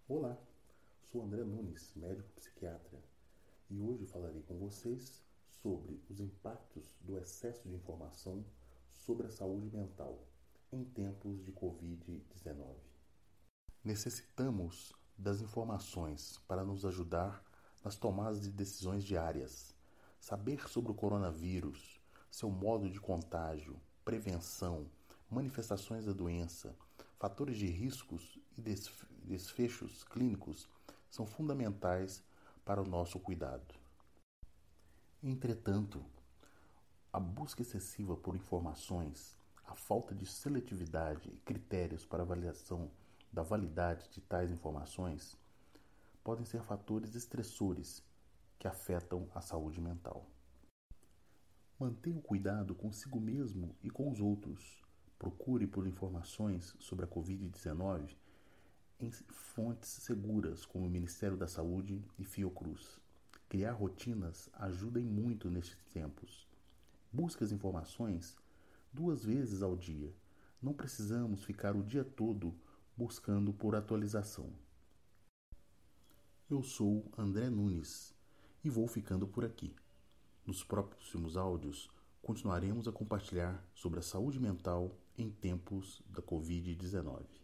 Olá, sou André Nunes, médico psiquiatra, e hoje falarei com vocês sobre os impactos do excesso de informação sobre a saúde mental em tempos de Covid-19. Necessitamos das informações para nos ajudar nas tomadas de decisões diárias. Saber sobre o coronavírus, seu modo de contágio, prevenção, manifestações da doença, fatores de riscos e desfechos clínicos são fundamentais para o nosso cuidado. Entretanto, a busca excessiva por informações, a falta de seletividade e critérios para avaliação da validade de tais informações podem ser fatores estressores que afetam a saúde mental. Mantenha o cuidado consigo mesmo e com os outros. Procure por informações sobre a Covid-19 em fontes seguras como o Ministério da Saúde e Fiocruz. Criar rotinas ajuda muito nestes tempos. Busque as informações 2 vezes ao dia. Não precisamos ficar o dia todo buscando por atualização. Eu sou André Nunes e vou ficando por aqui. Nos próximos áudios, continuaremos a compartilhar sobre a saúde mental em tempos da Covid-19.